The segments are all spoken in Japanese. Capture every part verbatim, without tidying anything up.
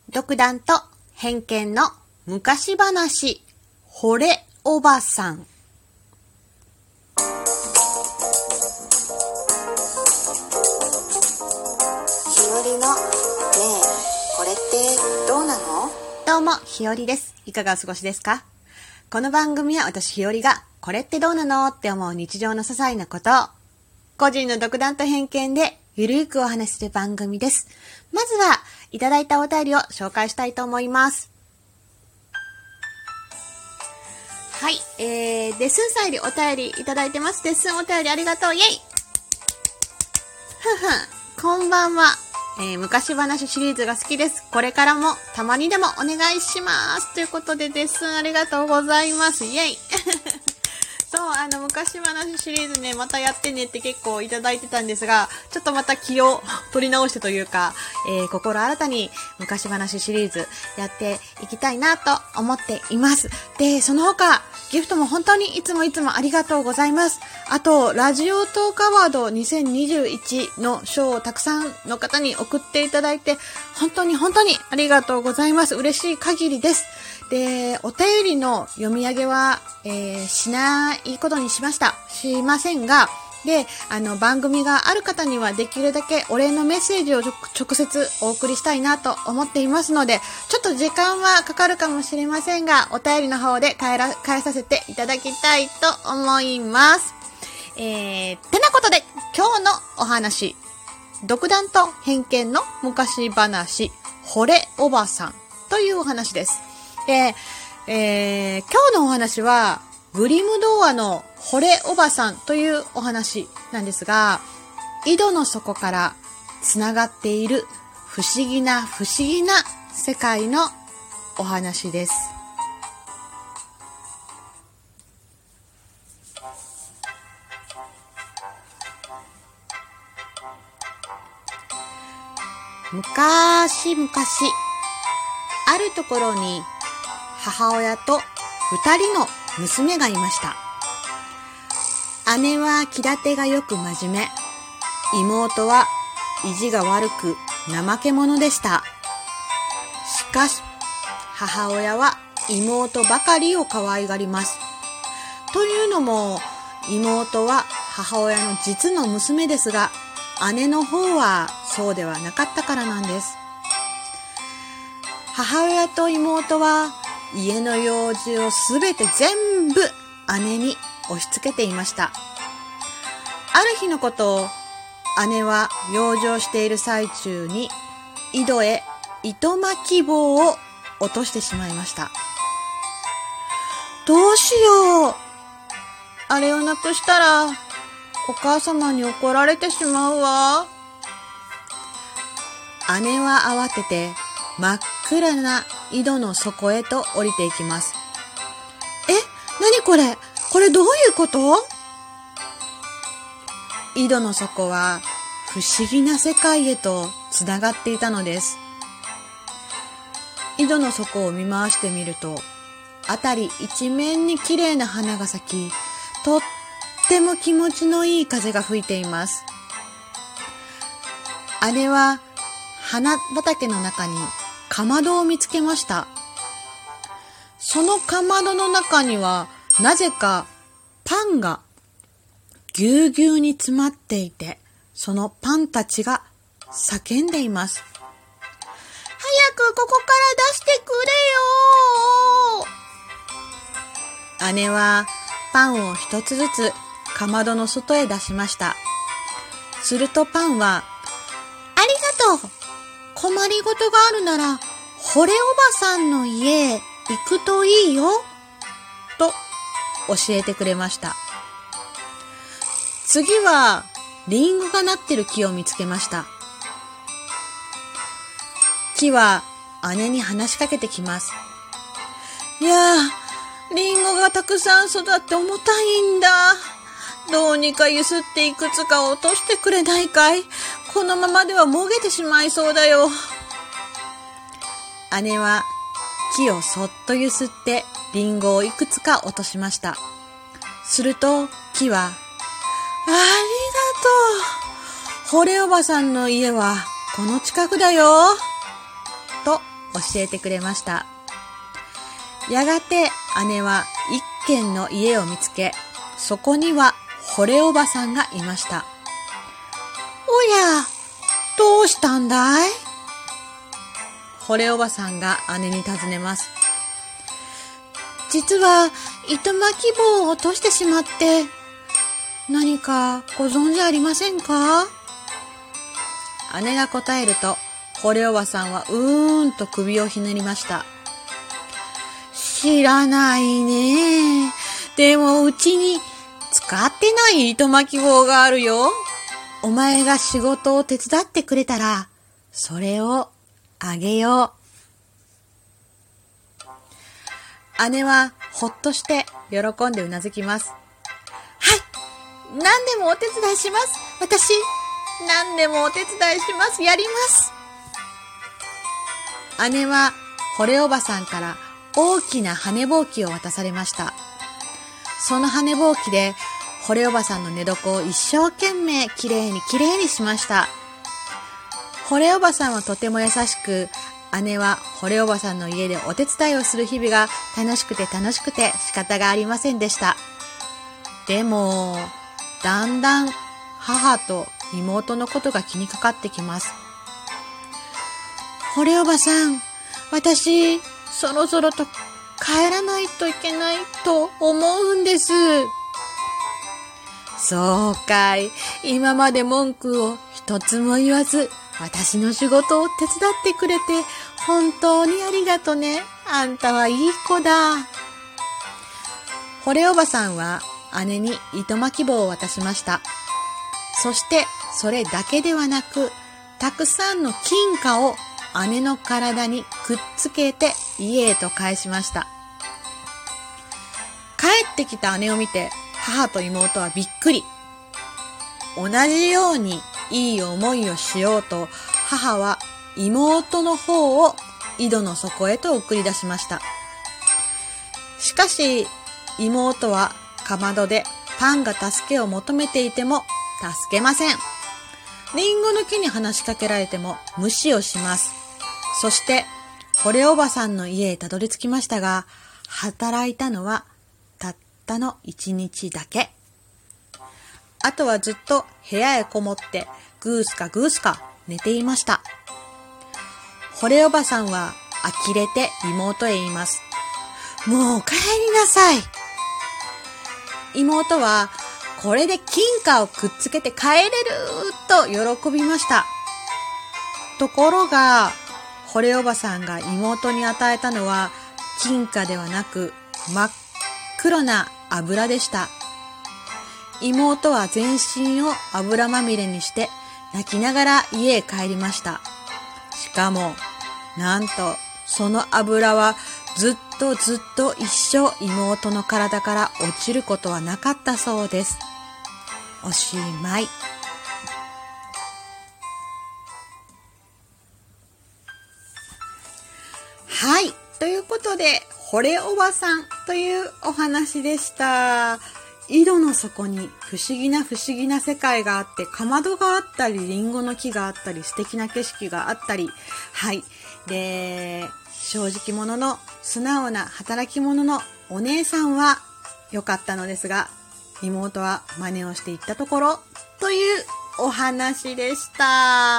独断と偏見の昔話、惚れおばさん。 ひよりのねえ、これってどうなの？ どうも、ひよりです。いかがお過ごしですか？この番組は私ひよりが、これってどうなのって思う日常の些細なことを、個人の独断と偏見でゆるくお話しする番組です。まずは、いただいたお便りを紹介したいと思います。はい、えー、デッスンさんよりお便りいただいてます。デッスンお便りありがとう、イェイ。ふふ、こんばんは。えー、昔話シリーズが好きです。これからもたまにでもお願いします。ということで、デッスンありがとうございます。イェイ。そう、あの、昔話シリーズね、またやってねって結構いただいてたんですが、ちょっとまた気を取り直してというか、えー、心新たに昔話シリーズやっていきたいなと思っています。で、その他、ギフトも本当にいつもいつもありがとうございます。あと、ラジオトークアワードにせんにじゅういちの賞をたくさんの方に送っていただいて、本当に本当にありがとうございます。嬉しい限りです。で、お便りの読み上げは、えー、しないことにしました。しませんが、で、あの、番組がある方にはできるだけお礼のメッセージを直接お送りしたいなと思っていますので、ちょっと時間はかかるかもしれませんが、お便りの方で変えら、変えさせていただきたいと思います。えー、てなことで、今日のお話、独断と偏見の昔話、惚れおばさんというお話です。で、えー、今日のお話はグリム童話の惚れおばさんというお話なんですが、井戸の底からつながっている不思議な不思議な世界のお話です。昔々あるところに母親と二人の娘がいました。姉は気立てがよく真面目、妹は意地が悪く怠け者でした。しかし母親は妹ばかりを可愛がります。というのも妹は母親の実の娘ですが、姉の方はそうではなかったからなんです。母親と妹は家の用事をすべて全部姉に押し付けていました。ある日のことを、姉は養生している最中に井戸へ糸巻き棒を落としてしまいました。どうしよう。あれをなくしたらお母様に怒られてしまうわ。姉は慌てて真っ暗な井戸の底へと降りていきます。え、なにこれ？これどういうこと？井戸の底は不思議な世界へとつながっていたのです。井戸の底を見回してみると、あたり一面に綺麗な花が咲き、とっても気持ちのいい風が吹いています。姉は花畑の中にかまどを見つけました。そのかまどの中にはなぜかパンがぎゅうぎゅうに詰まっていて、そのパンたちが叫んでいます。早くここから出してくれよ。姉はパンを一つずつかまどの外へ出しました。するとパンは、ありがとう。困りごとがあるなら、惚れおばさんの家へ行くといいよ、と教えてくれました。次は、リンゴがなってる木を見つけました。木は姉に話しかけてきます。いやー、リンゴがたくさん育って重たいんだ。どうにかゆすっていくつか落としてくれないかい？このままではもげてしまいそうだよ。姉は木をそっとゆすってリンゴをいくつか落としました。すると木は、ありがとう。惚れおばさんの家はこの近くだよ。と教えてくれました。やがて姉は一軒の家を見つけ、そこには惚れおばさんがいました。おや、どうしたんだい？惚れおばさんが姉に尋ねます。実は糸巻き棒を落としてしまって、何かご存知ありませんか？姉が答えると、惚れおばさんはうーんと首をひねりました。知らないね。でもうちに使ってない糸巻き棒があるよ。お前が仕事を手伝ってくれたら、それをあげよう。姉はほっとして喜んでうなずきます。はい、何でもお手伝いします。私、何でもお手伝いします。やります。姉は惚れおばさんから大きな羽ぼうきを渡されました。その羽ぼうきで惚れおばさんの寝床を一生懸命きれいにきれいにしました。惚れおばさんはとても優しく、姉は惚れおばさんの家でお手伝いをする日々が楽しくて楽しくて仕方がありませんでした。でも、だんだん母と妹のことが気にかかってきます。惚れおばさん、私、そろそろと帰らないといけないと思うんです。そうかい。今まで文句を一つも言わず、私の仕事を手伝ってくれて本当にありがとね。あんたはいい子だ。惚れおばさんは姉に糸巻き棒を渡しました。そしてそれだけではなく、たくさんの金貨を姉の体にくっつけて家へと返しました。帰ってきた姉を見て母と妹はびっくり。同じようにいい思いをしようと、母は妹の方を井戸の底へと送り出しました。しかし妹はかまどでパンが助けを求めていても助けません。リンゴの木に話しかけられても無視をします。そして惚れおばさんの家へたどり着きましたが、働いたのはたったの一日だけ。あとはずっと部屋へこもってグースかグースか寝ていました。惚れおばさんは呆れて妹へ言います。もう帰りなさい。妹はこれで金貨をくっつけて帰れると喜びました。ところが惚れおばさんが妹に与えたのは金貨ではなく真っ黒な油でした。妹は全身を油まみれにして泣きながら家へ帰りました。しかもなんとその油はずっとずっと一生妹の体から落ちることはなかったそうです。おしまい。はい。ということで、惚れおばさんというお話でした。井戸の底に不思議な不思議な世界があって、かまどがあったり、リンゴの木があったり、素敵な景色があったり、はい。で、正直者の素直な働き者のお姉さんは良かったのですが、妹は真似をしていったところというお話でした。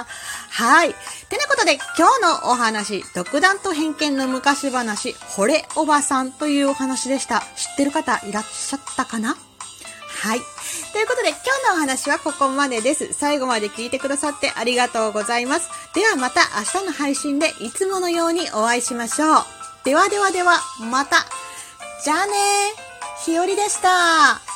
はい。てなことで今日のお話、独断と偏見の昔話、惚れおばさんというお話でした。知ってる方いらっしゃったかな？はい。ということで今日のお話はここまでです。最後まで聞いてくださってありがとうございます。ではまた明日の配信でいつものようにお会いしましょう。ではではではまた。じゃあねー。ひよりでした。